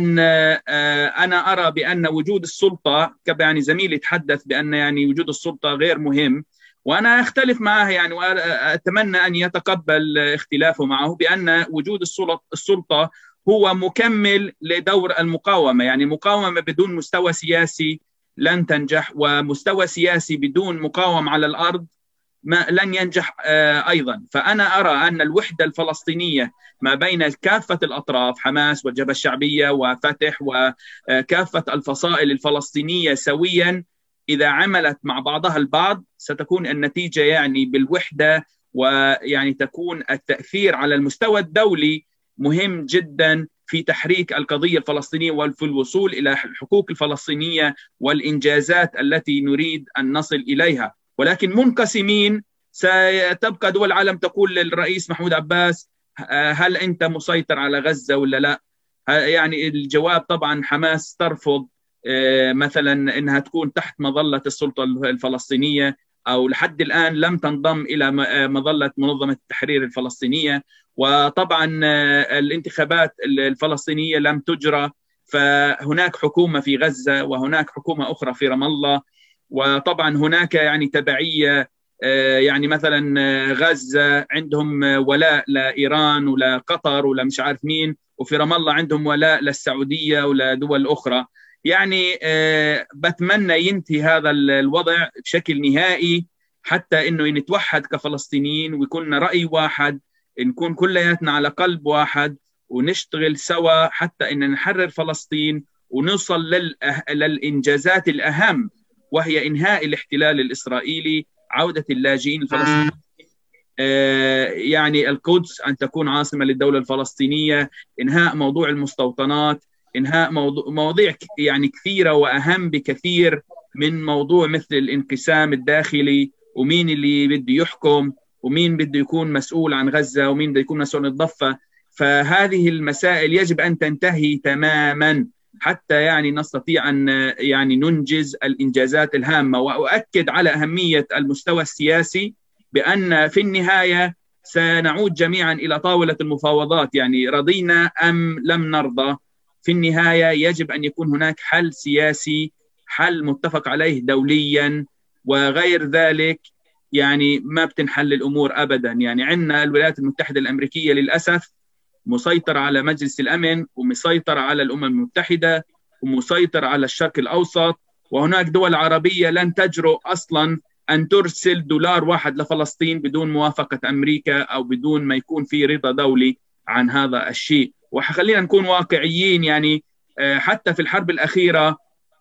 أنا أرى بأن وجود السلطة، كما يعني زميلي تحدث بأن يعني وجود السلطة غير مهم، وأنا أختلف معه يعني، وأتمنى أن يتقبل اختلافه معه بأن وجود السلطة هو مكمل لدور المقاومة. يعني مقاومة بدون مستوى سياسي لن تنجح، ومستوى سياسي بدون مقاومة على الأرض ما لن ينجح أيضا. فأنا أرى أن الوحدة الفلسطينية ما بين كافة الأطراف، حماس والجبهة الشعبية وفتح وكافة الفصائل الفلسطينية سويا، إذا عملت مع بعضها البعض ستكون النتيجة يعني بالوحدة، ويعني تكون التأثير على المستوى الدولي مهم جدا في تحريك القضية الفلسطينية وفي الوصول إلى الحقوق الفلسطينية والإنجازات التي نريد أن نصل إليها. ولكن منقسمين ستبقى دول العالم تقول للرئيس محمود عباس هل أنت مسيطر على غزة ولا لا؟ يعني الجواب طبعا حماس ترفض مثلا أنها تكون تحت مظلة السلطة الفلسطينية، أو لحد الآن لم تنضم إلى مظلة منظمة التحرير الفلسطينية. وطبعا الانتخابات الفلسطينية لم تجرى فهناك حكومة في غزة وهناك حكومة أخرى في رام الله، وطبعا هناك يعني تبعية، يعني مثلا غزة عندهم ولاء لإيران ولا قطر ولا مش عارف مين، وفي رام الله عندهم ولاء للسعودية ولا دول أخرى. يعني بتمنى ينتهي هذا الوضع بشكل نهائي، حتى إنه نتوحد كفلسطينيين ويكون رأي واحد، نكون كلياتنا على قلب واحد ونشتغل سوا حتى إن نحرر فلسطين ونوصل للأه... للإنجازات الأهم، وهي إنهاء الاحتلال الإسرائيلي، عودة اللاجئين الفلسطينيين، آه يعني القدس أن تكون عاصمة للدولة الفلسطينية، إنهاء موضوع المستوطنات، إنهاء موضوع مواضيع يعني كثيرة وأهم بكثير من موضوع مثل الانقسام الداخلي، ومين اللي بده يحكم، ومين بده يكون مسؤول عن غزة، ومين بده يكون مسؤول عن الضفة. فهذه المسائل يجب أن تنتهي تماما حتى يعني نستطيع أن يعني ننجز الإنجازات الهامة. وأؤكد على أهمية المستوى السياسي، بأن في النهاية سنعود جميعا إلى طاولة المفاوضات، يعني رضينا أم لم نرضى، في النهاية يجب أن يكون هناك حل سياسي، حل متفق عليه دوليا، وغير ذلك يعني ما بتنحل الأمور أبدا. يعني عندنا الولايات المتحدة الأمريكية للأسف مسيطر على مجلس الأمن، ومسيطر على الأمم المتحدة، ومسيطر على الشرق الأوسط، وهناك دول عربية لن تجرؤ أصلا أن ترسل دولار واحد لفلسطين بدون موافقة أمريكا أو بدون ما يكون في رضا دولي عن هذا الشيء. وخلينا نكون واقعيين، يعني حتى في الحرب الأخيرة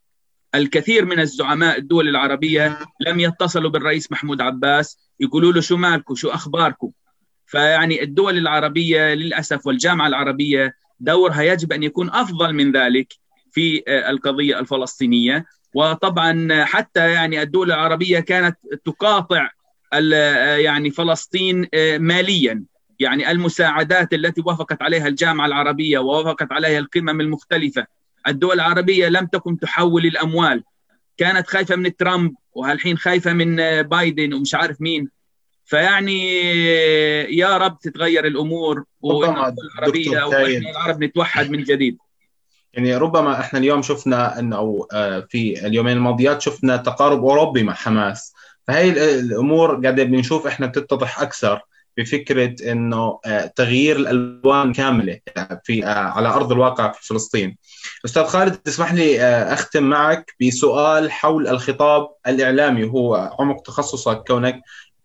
الكثير من الزعماء الدول العربية لم يتصلوا بالرئيس محمود عباس يقولوا له شو مالكم شو أخباركم. فيعني الدول العربية للأسف والجامعة العربية دورها يجب أن يكون أفضل من ذلك في القضية الفلسطينية. وطبعا حتى يعني الدول العربية كانت تقاطع يعني فلسطين ماليا، يعني المساعدات التي وافقت عليها الجامعة العربية ووافقت عليها القمم المختلفة، الدول العربية لم تكن تحول الأموال، كانت خايفة من ترامب وهالحين خايفة من بايدن ومش عارف مين. فيعني يا رب تتغير الأمور والدول العربية وإحنا العرب نتوحد من جديد. يعني ربما احنا اليوم شفنا انه في اليومين الماضيات شفنا تقارب اوروبي مع حماس، فهي الامور قاعده بنشوف احنا بتتضح اكثر بفكره انه تغيير الالوان كامله في على ارض الواقع في فلسطين. استاذ خالد تسمح لي اختم معك بسؤال حول الخطاب الاعلامي، وهو عمق تخصصك كونك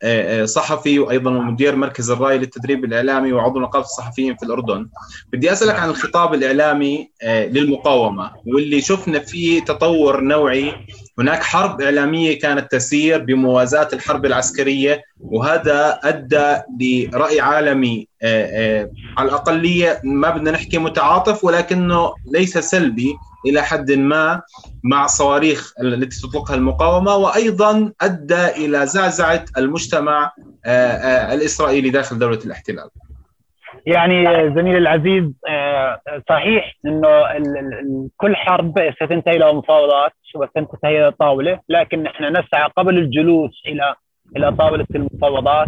صحفي وأيضا مدير مركز الرأي للتدريب الإعلامي وعضو نقابة الصحفيين في الأردن. بدي أسألك عن الخطاب الإعلامي للمقاومة واللي شفنا فيه تطور نوعي. هناك حرب إعلامية كانت تسير بموازاة الحرب العسكرية، وهذا أدى لرأي عالمي على الأقلية ما بدنا نحكي متعاطف ولكنه ليس سلبي إلى حد ما مع الصواريخ التي تطلقها المقاومة، وأيضا أدى إلى زعزعة المجتمع الإسرائيلي داخل دولة الاحتلال. يعني زميلي العزيز صحيح أنه كل حرب ستنتهي إلى مفاوضات وستنتهي إلى طاولة، لكن نحن نسعى قبل الجلوس إلى إلى طاولة المفاوضات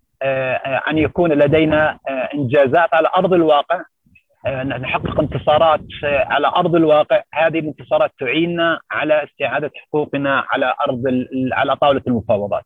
أن يكون لدينا إنجازات على أرض الواقع، نحقق انتصارات على أرض الواقع. هذه الانتصارات تعيننا على استعادة حقوقنا على أرض على طاولة المفاوضات.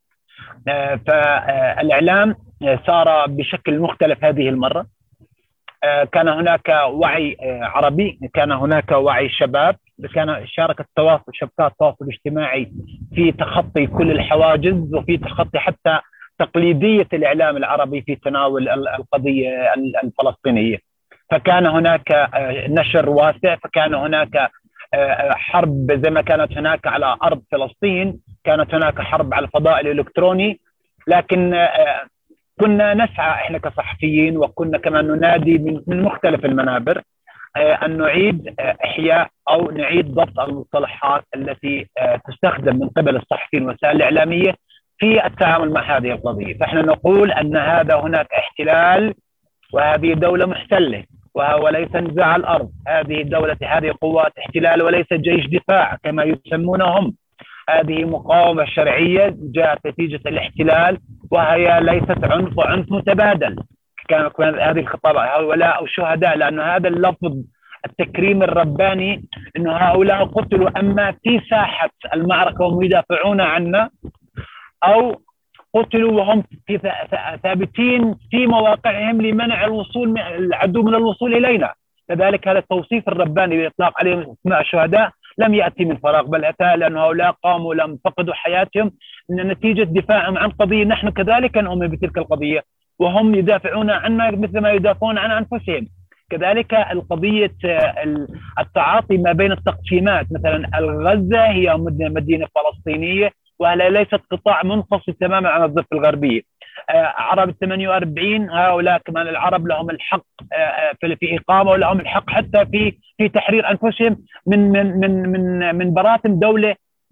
فالإعلام صار بشكل مختلف هذه المرة. كان هناك وعي عربي، كان هناك وعي شباب، كان شاركت التواصل شبكات التواصل الاجتماعي في تخطي كل الحواجز وفي تخطي حتى تقليدية الإعلام العربي في تناول القضية الفلسطينية. فكان هناك نشر واسع، فكان هناك حرب زي ما كانت هناك على أرض فلسطين، كانت هناك حرب على الفضاء الإلكتروني. لكن كنا نسعى إحنا كصحفيين وكنا كمان ننادي من مختلف المنابر أن نعيد إحياء أو نعيد ضبط المصطلحات التي تستخدم من قبل الصحفيين والوسائل الإعلامية في التعامل مع هذه القضية. فإحنا نقول أن هذا هناك احتلال وهذه دولة محتلة وليس نزاع على الأرض، هذه دولة هذه قوات احتلال وليس جيش دفاع كما يسمونهم. هذه مقاومة شرعية جاءت نتيجة الاحتلال وهي ليست عنف وعنف متبادل. كان هذه الخطاب هؤلاء الشهداء، لأن هذا اللفظ التكريم الرباني انه هؤلاء قتلوا اما في ساحه المعركه وهم يدافعون عنا، او قتلوا وهم في ثابتين في مواقعهم لمنع الوصول من العدو من الوصول الينا. كذلك هذا التوصيف الرباني باطلاق عليهم اسماء الشهداء لم ياتي من فراغ، بل اتى لان هؤلاء قاموا لم فقدوا حياتهم من نتيجه دفاعهم عن قضيه نحن كذلك نؤمن بتلك القضيه، وهم يدافعون عنا مثل ما يدافعون عن انفسهم. كذلك القضيه التعاطي ما بين التقسيمات، مثلا غزه هي مدينه فلسطينيه وهي ليست قطاع منفصل تماما عن الضفه الغربيه. عرب ثمانية وأربعين هؤلاء كمان العرب لهم الحق في اقامه ولهم الحق حتى في في تحرير انفسهم من من من من من براثن دوله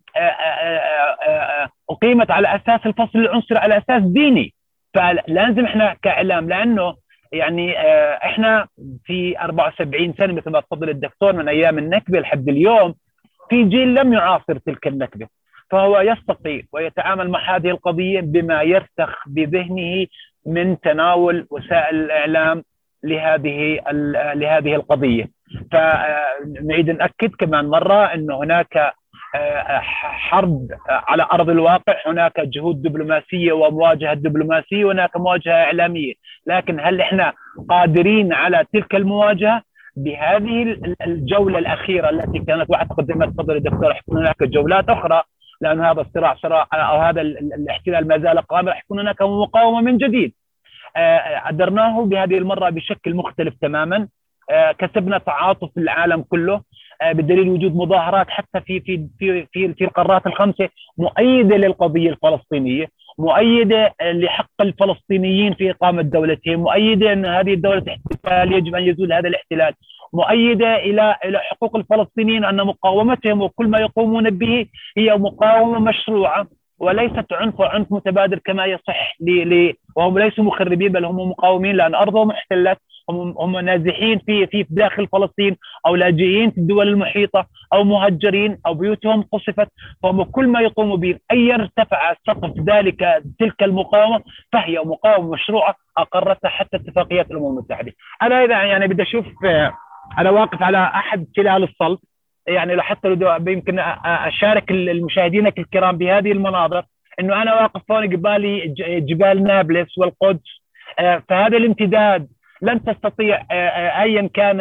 اقيمت على اساس الفصل العنصري على اساس ديني. فلازم احنا كاعلام، لانه يعني احنا في أربعة وسبعين سنه مثل ما تفضل الدكتور من ايام النكبه لحد اليوم في جيل لم يعاصر تلك النكبه، فهو يستطيع ويتعامل مع هذه القضيه بما يرسخ بذهنه من تناول وسائل الاعلام لهذه لهذه القضيه. فنريد ناكد كمان مره انه هناك حرب على ارض الواقع، هناك جهود دبلوماسيه ومواجهه دبلوماسيه وهناك مواجهه اعلاميه، لكن هل احنا قادرين على تلك المواجهه؟ بهذه الجوله الاخيره التي كانت، واعتقد زي ما تفضل الدكتور حيكون هناك جولات اخرى، لان هذا الصراع صراع او هذا الاحتلال ما زال قائم، راح يكون هناك مقاومه من جديد. قدرناه بهذه المره بشكل مختلف تماما، كسبنا تعاطف العالم كله بدليل وجود مظاهرات حتى في في في في, في القارات الخمسه مؤيده للقضيه الفلسطينيه، مؤيده لحق الفلسطينيين في اقامه دولتهم، مؤيده ان هذه الدوله احتلال يجب ان يزول هذا الاحتلال، مؤيده الى الى حقوق الفلسطينيين، ان مقاومتهم وكل ما يقومون به هي مقاومه مشروعه وليست عنف وعنف متبادل كما يصح لي، وهم ليسوا مخربين بل هم مقاومين لان ارضهم احتلت، هم هم نازحين في في داخل فلسطين او لاجئين في الدول المحيطه او مهجرين او بيوتهم قصفت، فهم كل ما يقوموا به اي ارتفع سقف ذلك تلك المقاومه فهي مقاومه مشروعه اقرتها حتى اتفاقيات الامم المتحده. انا اذا يعني بدي اشوف، انا واقف على احد تلال الصلب، يعني لحتى يمكن اشارك المشاهدين الكرام بهذه المناظر، انه انا واقف هون قبالي جبال نابلس والقدس، فهذا الامتداد لن تستطيع ايا كان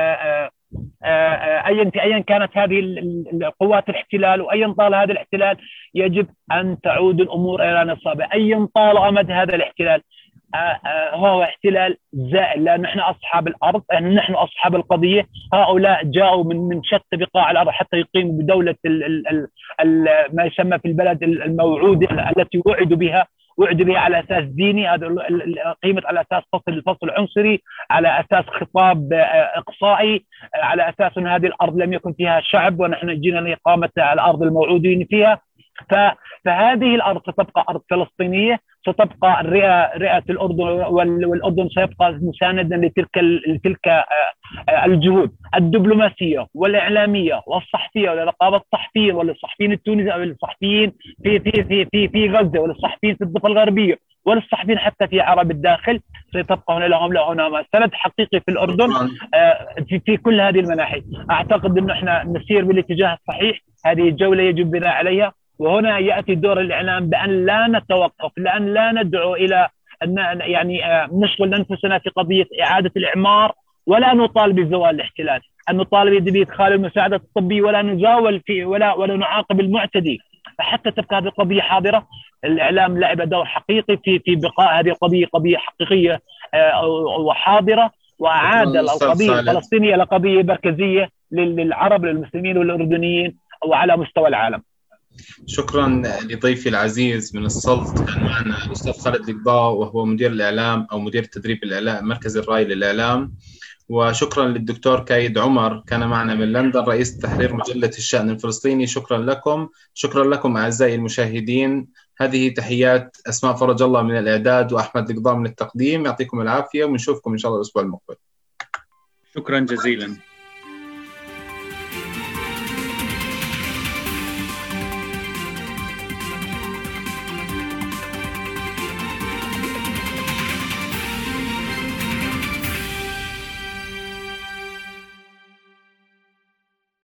ايا ايا كانت هذه القوات الاحتلال وايا طال هذا الاحتلال، يجب ان تعود الامور الى نصابها. ايا طال امد هذا الاحتلال هو احتلال زائل، لان نحن اصحاب الارض، نحن اصحاب القضيه. هؤلاء جاءوا من من شتى بقاع الارض حتى يقيموا بدوله ال ال ال ال ما يسمى في البلد الموعود التي وعدوا بها، وعدوا بها على اساس ديني، هذا قيمت على اساس فصل الفصل عنصري، على اساس خطاب اقصائي، على اساس ان هذه الارض لم يكن فيها شعب ونحن جينا لاقامه الارض الموعودين فيها. فهذه الارض ستبقى ارض فلسطينيه، ستبقى الرئه رئه الاردن، والاردن سيبقى مساندا لتلك لتلك الجهود الدبلوماسيه والاعلاميه والصحفيه ولنقابه الصحفيين وللصحفيين التونسيين وللصحفيين في في في في في غزه وللصحفيين في الضفه الغربيه وللصحفيين حتى في عرب الداخل، سيتبقى هنا لهم لهم سند حقيقي في الاردن في في كل هذه المناحي. اعتقد انه احنا نسير بالاتجاه الصحيح، هذه الجوله يجب البناء عليها، وهنا ياتي دور الاعلام بان لا نتوقف، لان لا ندعو الى ان يعني نشغل انفسنا في قضيه اعاده الاعمار، ولا نطالب بزوال الاحتلال، ان نطالب بادخال المساعده الطبيه، ولا نجاول في ولا ولا نعاقب المعتدي، فحتى تبقى هذه القضيه حاضره. الاعلام لعب دور حقيقي في في بقاء هذه القضيه قضيه حقيقيه وحاضره، واعاد القضيه الفلسطينيه لقضيه مركزيه للعرب للمسلمين والاردنيين وعلى مستوى العالم. شكرا لضيفي العزيز من السلط، كان معنا الاستاذ خالد القضاء وهو مدير الاعلام او مدير تدريب الاعلام مركز الراي للاعلام. وشكرا للدكتور كايد عمر، كان معنا من لندن رئيس تحرير مجله الشأن الفلسطيني. شكرا لكم، شكرا لكم اعزائي المشاهدين. هذه تحيات اسماء فرج الله من الاعداد واحمد القضاء من التقديم. يعطيكم العافيه ونشوفكم ان شاء الله الاسبوع المقبل. شكرا جزيلا.